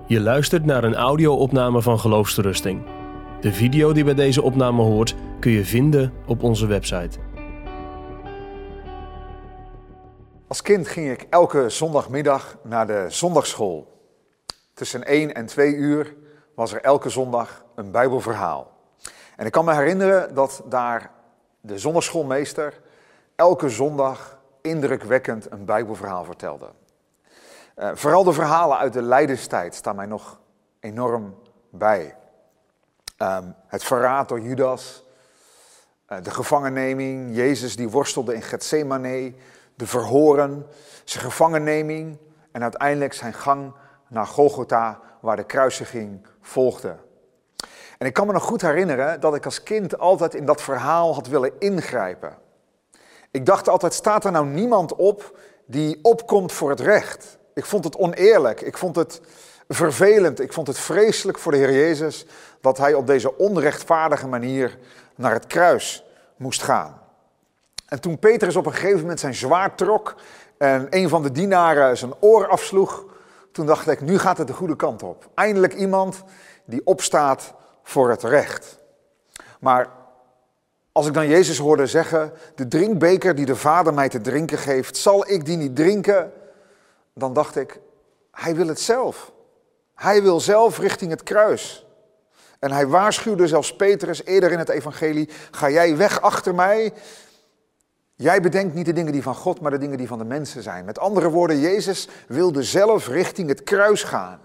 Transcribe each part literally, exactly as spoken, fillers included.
Je luistert naar een audio-opname van Geloofsterusting. De video die bij deze opname hoort kun je vinden op onze website. Als kind ging ik elke zondagmiddag naar de zondagsschool. Tussen één en twee uur was er elke zondag een Bijbelverhaal. En ik kan me herinneren dat daar de zondagsschoolmeester elke zondag indrukwekkend een Bijbelverhaal vertelde. Uh, vooral de verhalen uit de lijdenstijd staan mij nog enorm bij. Um, het verraad door Judas, uh, de gevangenneming, Jezus die worstelde in Getsemane, de verhoren, zijn gevangenneming en uiteindelijk zijn gang naar Golgotha, waar de kruisiging volgde. En ik kan me nog goed herinneren dat ik als kind altijd in dat verhaal had willen ingrijpen. Ik dacht altijd, staat er nou niemand op die opkomt voor het recht? Ik vond het oneerlijk, ik vond het vervelend, ik vond het vreselijk voor de Heer Jezus dat hij op deze onrechtvaardige manier naar het kruis moest gaan. En toen Petrus op een gegeven moment zijn zwaard trok en een van de dienaren zijn oor afsloeg, toen dacht ik, nu gaat het de goede kant op. Eindelijk iemand die opstaat voor het recht. Maar als ik dan Jezus hoorde zeggen, de drinkbeker die de Vader mij te drinken geeft, zal ik die niet drinken? Dan dacht ik, hij wil het zelf. Hij wil zelf richting het kruis. En hij waarschuwde zelfs Petrus eerder in het evangelie, ga jij weg achter mij? Jij bedenkt niet de dingen die van God, maar de dingen die van de mensen zijn. Met andere woorden, Jezus wilde zelf richting het kruis gaan.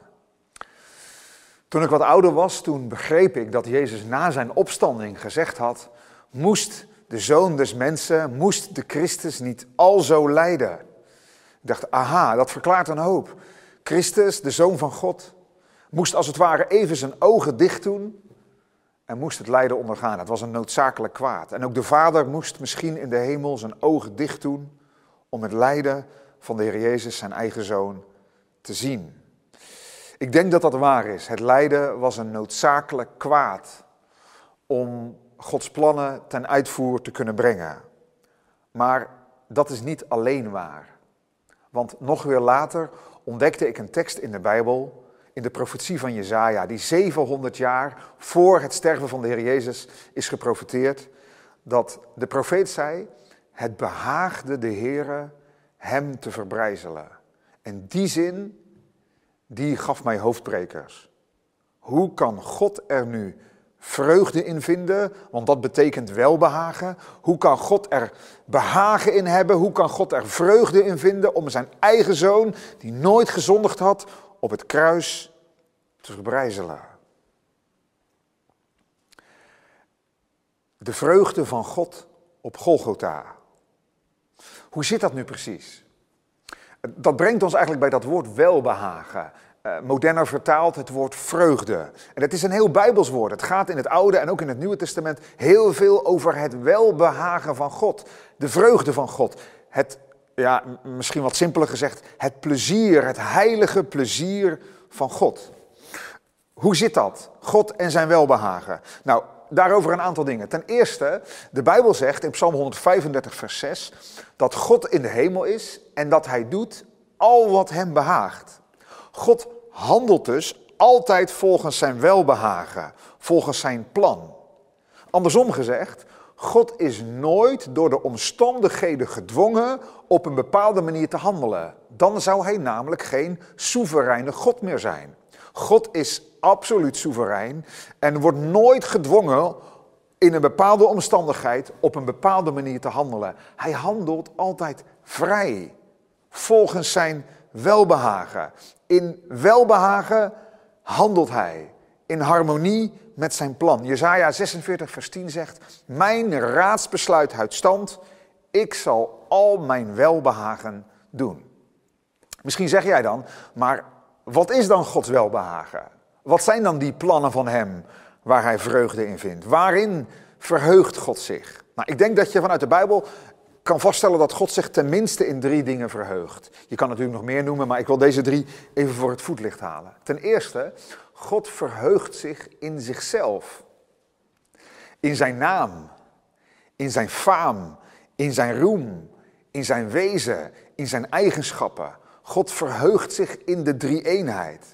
Toen ik wat ouder was, toen begreep ik dat Jezus na zijn opstanding gezegd had, moest de Zoon des Mensen, moest de Christus niet alzo lijden? Ik dacht, aha, dat verklaart een hoop. Christus, de Zoon van God, moest als het ware even zijn ogen dicht doen en moest het lijden ondergaan. Het was een noodzakelijk kwaad. En ook de Vader moest misschien in de hemel zijn ogen dicht doen om het lijden van de Heer Jezus, zijn eigen Zoon, te zien. Ik denk dat dat waar is. Het lijden was een noodzakelijk kwaad om Gods plannen ten uitvoer te kunnen brengen. Maar dat is niet alleen waar. Want nog weer later ontdekte ik een tekst in de Bijbel, in de profetie van Jesaja, die zevenhonderd jaar voor het sterven van de Heer Jezus is geprofeteerd, dat de profeet zei, het behaagde de Heere hem te verbrijzelen. En die zin, die gaf mij hoofdbrekers. Hoe kan God er nu vreugde in vinden, want dat betekent welbehagen. Hoe kan God er behagen in hebben? Hoe kan God er vreugde in vinden om zijn eigen zoon, die nooit gezondigd had, op het kruis te verbrijzelen? De vreugde van God op Golgotha. Hoe zit dat nu precies? Dat brengt ons eigenlijk bij dat woord welbehagen. Uh, moderner vertaald het woord vreugde. En het is een heel Bijbels woord. Het gaat in het Oude en ook in het Nieuwe Testament heel veel over het welbehagen van God. De vreugde van God. Het, ja, misschien wat simpeler gezegd, het plezier, het heilige plezier van God. Hoe zit dat? God en zijn welbehagen. Nou, daarover een aantal dingen. Ten eerste, de Bijbel zegt in Psalm honderdvijfendertig vers zes, dat God in de hemel is en dat hij doet al wat hem behaagt. God handelt dus altijd volgens zijn welbehagen, volgens zijn plan. Andersom gezegd, God is nooit door de omstandigheden gedwongen op een bepaalde manier te handelen. Dan zou hij namelijk geen soevereine God meer zijn. God is absoluut soeverein en wordt nooit gedwongen in een bepaalde omstandigheid op een bepaalde manier te handelen. Hij handelt altijd vrij, volgens zijn welbehagen. In welbehagen handelt hij, in harmonie met zijn plan. Jesaja zesenveertig vers tien zegt, mijn raadsbesluit houdt stand, ik zal al mijn welbehagen doen. Misschien zeg jij dan, maar wat is dan Gods welbehagen? Wat zijn dan die plannen van hem waar hij vreugde in vindt? Waarin verheugt God zich? Nou, ik denk dat je vanuit de Bijbel kan vaststellen dat God zich tenminste in drie dingen verheugt. Je kan natuurlijk nog meer noemen, maar ik wil deze drie even voor het voetlicht halen. Ten eerste, God verheugt zich in zichzelf. In zijn naam, in zijn faam, in zijn roem, in zijn wezen, in zijn eigenschappen. God verheugt zich in de drie-eenheid.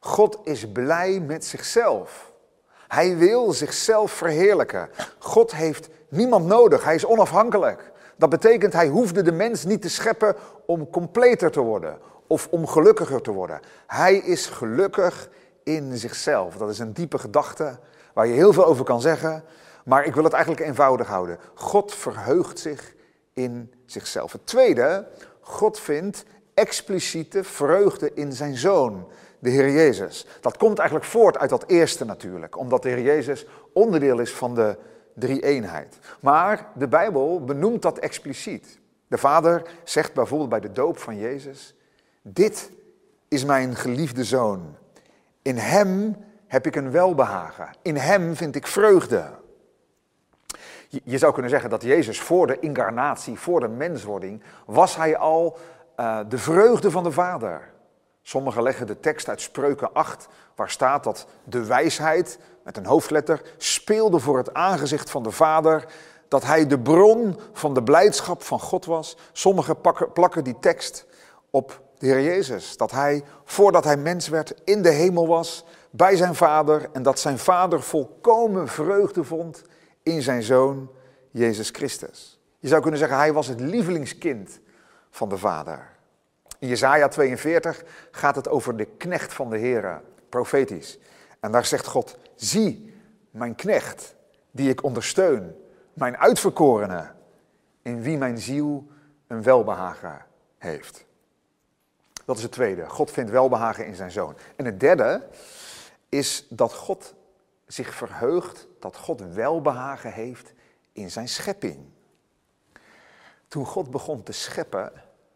God is blij met zichzelf. Hij wil zichzelf verheerlijken. God heeft niemand nodig, hij is onafhankelijk. Dat betekent, hij hoefde de mens niet te scheppen om completer te worden of om gelukkiger te worden. Hij is gelukkig in zichzelf. Dat is een diepe gedachte waar je heel veel over kan zeggen, maar ik wil het eigenlijk eenvoudig houden. God verheugt zich in zichzelf. Het tweede, God vindt expliciete vreugde in zijn Zoon, de Heer Jezus. Dat komt eigenlijk voort uit dat eerste natuurlijk, omdat de Heer Jezus onderdeel is van de drie-eenheid. Maar de Bijbel benoemt dat expliciet. De Vader zegt bijvoorbeeld bij de doop van Jezus: dit is mijn geliefde Zoon. In hem heb ik een welbehagen. In hem vind ik vreugde. Je, je zou kunnen zeggen dat Jezus voor de incarnatie, voor de menswording, was hij al uh, de vreugde van de Vader. Sommigen leggen de tekst uit Spreuken acht, waar staat dat de wijsheid, met een hoofdletter, speelde voor het aangezicht van de Vader, dat hij de bron van de blijdschap van God was. Sommigen pakken, plakken die tekst op de Heer Jezus, dat hij, voordat hij mens werd, in de hemel was, bij zijn Vader, en dat zijn Vader volkomen vreugde vond in zijn Zoon, Jezus Christus. Je zou kunnen zeggen, hij was het lievelingskind van de Vader. In Jesaja tweeënveertig gaat het over de knecht van de Heere, profetisch. En daar zegt God: zie, mijn knecht, die ik ondersteun, mijn uitverkorene, in wie mijn ziel een welbehagen heeft. Dat is het tweede. God vindt welbehagen in zijn Zoon. En het derde is dat God zich verheugt, dat God welbehagen heeft in zijn schepping. Toen God begon te scheppen,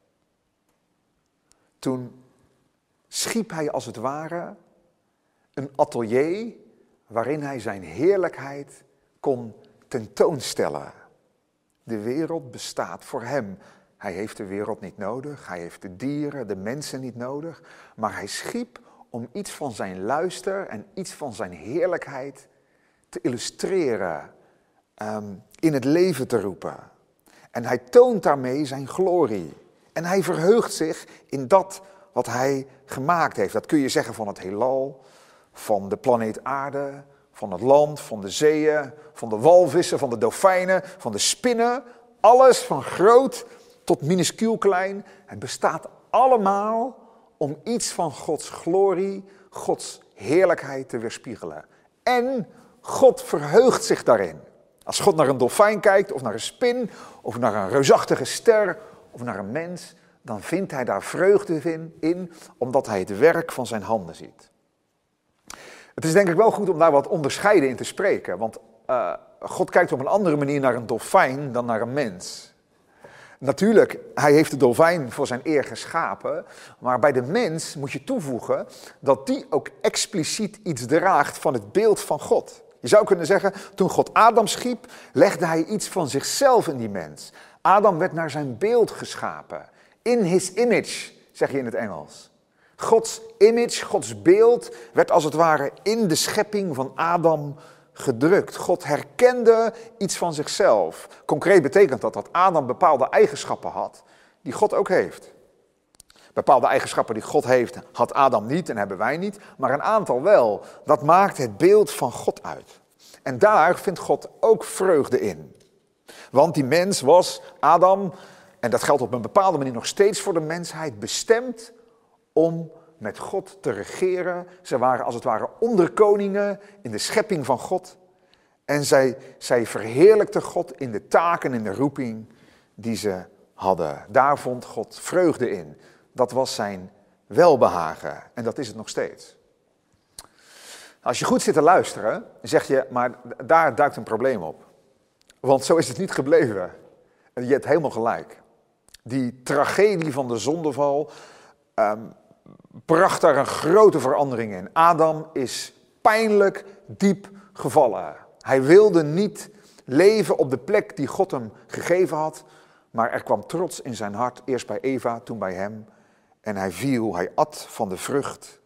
toen schiep hij als het ware een atelier waarin hij zijn heerlijkheid kon tentoonstellen. De wereld bestaat voor hem. Hij heeft de wereld niet nodig, hij heeft de dieren, de mensen niet nodig, maar hij schiep om iets van zijn luister en iets van zijn heerlijkheid te illustreren, um, in het leven te roepen. En hij toont daarmee zijn glorie. En hij verheugt zich in dat wat hij gemaakt heeft. Dat kun je zeggen van het heelal, van de planeet aarde, van het land, van de zeeën, van de walvissen, van de dolfijnen, van de spinnen. Alles van groot tot minuscuul klein. Het bestaat allemaal om iets van Gods glorie, Gods heerlijkheid te weerspiegelen. En God verheugt zich daarin. Als God naar een dolfijn kijkt, of naar een spin, of naar een reusachtige ster, of naar een mens, dan vindt hij daar vreugde in, omdat hij het werk van zijn handen ziet. Het is denk ik wel goed om daar wat onderscheiden in te spreken, want uh, God kijkt op een andere manier naar een dolfijn dan naar een mens. Natuurlijk, hij heeft de dolfijn voor zijn eer geschapen, maar bij de mens moet je toevoegen dat die ook expliciet iets draagt van het beeld van God. Je zou kunnen zeggen, toen God Adam schiep, legde hij iets van zichzelf in die mens. Adam werd naar zijn beeld geschapen. In his image, zeg je in het Engels. Gods image, Gods beeld, werd als het ware in de schepping van Adam gedrukt. God herkende iets van zichzelf. Concreet betekent dat dat Adam bepaalde eigenschappen had, die God ook heeft. Bepaalde eigenschappen die God heeft, had Adam niet en hebben wij niet, maar een aantal wel. Dat maakt het beeld van God uit. En daar vindt God ook vreugde in. Want die mens was, Adam, en dat geldt op een bepaalde manier nog steeds voor de mensheid, bestemd om met God te regeren. Ze waren als het ware onderkoningen in de schepping van God. En zij, zij verheerlijkten God in de taken en in de roeping die ze hadden. Daar vond God vreugde in. Dat was zijn welbehagen. En dat is het nog steeds. Als je goed zit te luisteren, zeg je, maar daar duikt een probleem op. Want zo is het niet gebleven. En je hebt helemaal gelijk. Die tragedie van de zondeval um, bracht daar een grote verandering in. Adam is pijnlijk diep gevallen. Hij wilde niet leven op de plek die God hem gegeven had, maar er kwam trots in zijn hart, eerst bij Eva, toen bij hem. En hij viel, hij at van de vrucht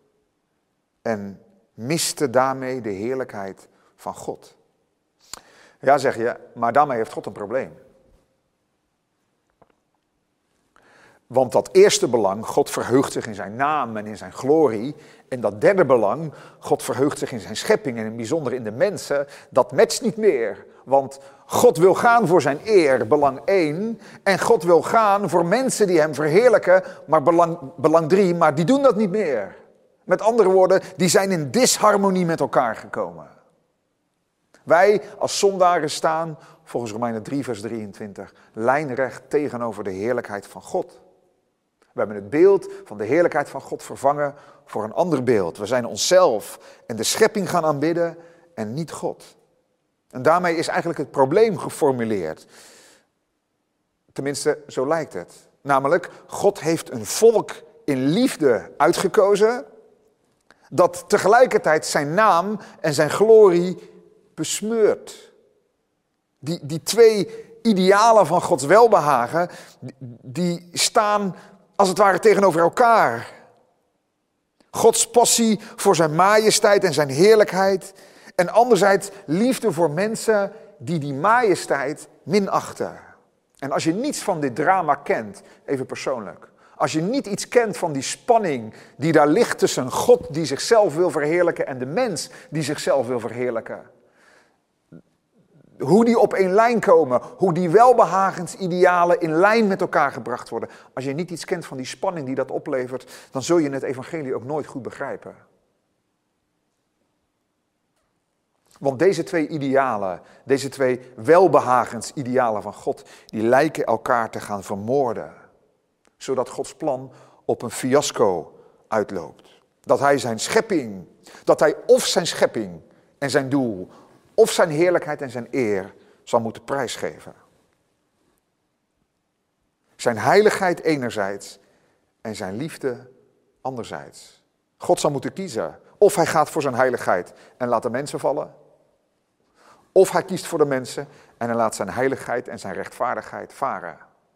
en miste daarmee de heerlijkheid van God. Ja, zeg je, maar daarmee heeft God een probleem. Want dat eerste belang, God verheugt zich in zijn naam en in zijn glorie. En dat derde belang, God verheugt zich in zijn schepping en in het bijzonder in de mensen. Dat matcht niet meer. Want God wil gaan voor zijn eer, belang één. En God wil gaan voor mensen die hem verheerlijken, maar belang, belang drie. Maar die doen dat niet meer. Met andere woorden, die zijn in disharmonie met elkaar gekomen. Wij als zondaren staan, volgens Romeinen drie vers drieëntwintig, lijnrecht tegenover de heerlijkheid van God. We hebben het beeld van de heerlijkheid van God vervangen voor een ander beeld. We zijn onszelf en de schepping gaan aanbidden en niet God. En daarmee is eigenlijk het probleem geformuleerd. Tenminste, zo lijkt het. Namelijk, God heeft een volk in liefde uitgekozen, dat tegelijkertijd zijn naam en zijn glorie besmeurt. Die, die twee idealen van Gods welbehagen, die staan als het ware tegenover elkaar. Gods passie voor zijn majesteit en zijn heerlijkheid. En anderzijds liefde voor mensen die die majesteit minachten. En als je niets van dit drama kent, even persoonlijk. Als je niet iets kent van die spanning die daar ligt tussen God die zichzelf wil verheerlijken en de mens die zichzelf wil verheerlijken. Hoe die op één lijn komen, hoe die welbehagensidealen in lijn met elkaar gebracht worden. Als je niet iets kent van die spanning die dat oplevert, dan zul je het evangelie ook nooit goed begrijpen. Want deze twee idealen, deze twee welbehagensidealen van God, die lijken elkaar te gaan vermoorden. Zodat Gods plan op een fiasco uitloopt. Dat hij zijn schepping, dat hij of zijn schepping en zijn doel, of zijn heerlijkheid en zijn eer zal moeten prijsgeven. Zijn heiligheid enerzijds en zijn liefde anderzijds. God zal moeten kiezen. Of hij gaat voor zijn heiligheid en laat de mensen vallen. Of hij kiest voor de mensen en hij laat zijn heiligheid en zijn rechtvaardigheid varen.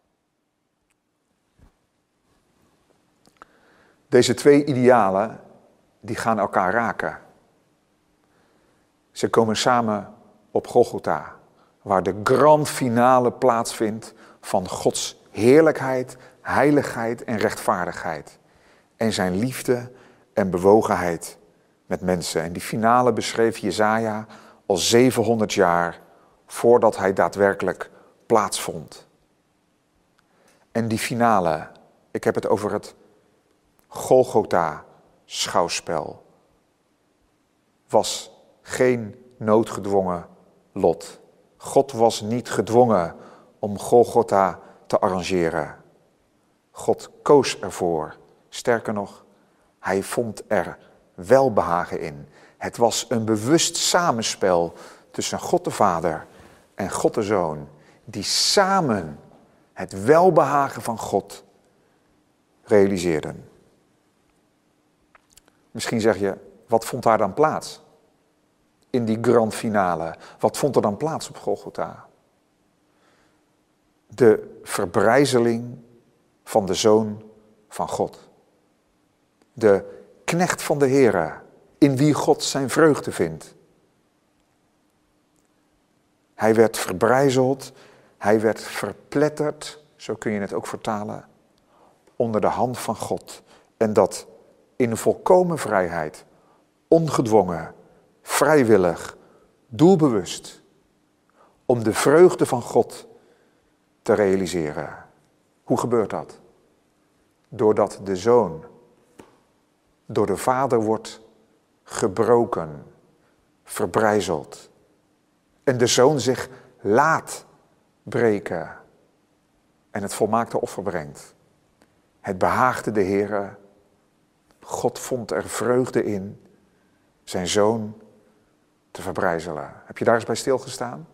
Deze twee idealen, die gaan elkaar raken. Ze komen samen op Golgotha, waar de grand finale plaatsvindt van Gods heerlijkheid, heiligheid en rechtvaardigheid. En zijn liefde en bewogenheid met mensen. En die finale beschreef Jesaja al zevenhonderd jaar voordat hij daadwerkelijk plaatsvond. En die finale, ik heb het over het Golgotha-schouwspel, was geen noodgedwongen lot. God was niet gedwongen om Golgotha te arrangeren. God koos ervoor. Sterker nog, hij vond er welbehagen in. Het was een bewust samenspel tussen God de Vader en God de Zoon, die samen het welbehagen van God realiseerden. Misschien zeg je, wat vond daar dan plaats? In die grand finale, wat vond er dan plaats op Golgotha? De verbrijzeling van de Zoon van God. De knecht van de Here, in wie God zijn vreugde vindt. Hij werd verbrijzeld, hij werd verpletterd, zo kun je het ook vertalen, onder de hand van God. En dat in volkomen vrijheid, ongedwongen, vrijwillig, doelbewust, om de vreugde van God te realiseren. Hoe gebeurt dat? Doordat de Zoon door de Vader wordt gebroken, verbrijzeld. En de Zoon zich laat breken en het volmaakte offer brengt. Het behaagde de Heere. God vond er vreugde in zijn Zoon te verbrijzelen. Heb je daar eens bij stilgestaan?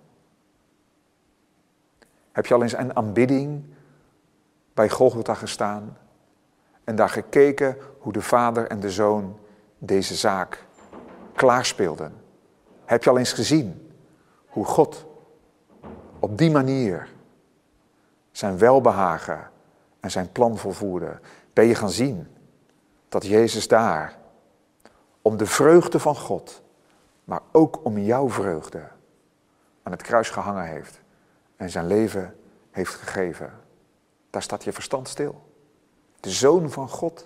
Heb je al eens een aanbidding bij Golgotha gestaan en daar gekeken hoe de Vader en de Zoon deze zaak klaarspeelden? Heb je al eens gezien hoe God op die manier zijn welbehagen en zijn plan volvoerde? Ben je gaan zien dat Jezus daar om de vreugde van God, maar ook om jouw vreugde, aan het kruis gehangen heeft en zijn leven heeft gegeven? Daar staat je verstand stil. de Zoon van God,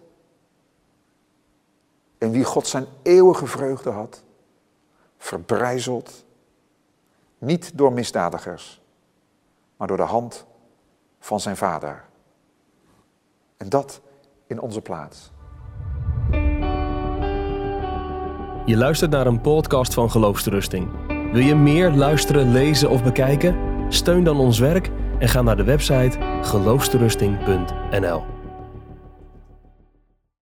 in wie God zijn eeuwige vreugde had, verbrijzeld, niet door misdadigers, maar door de hand van zijn Vader. En dat in onze plaats. Je luistert naar een podcast van Geloofsterusting. Wil je meer luisteren, lezen of bekijken? Steun dan ons werk en ga naar de website geloofsterusting punt n l.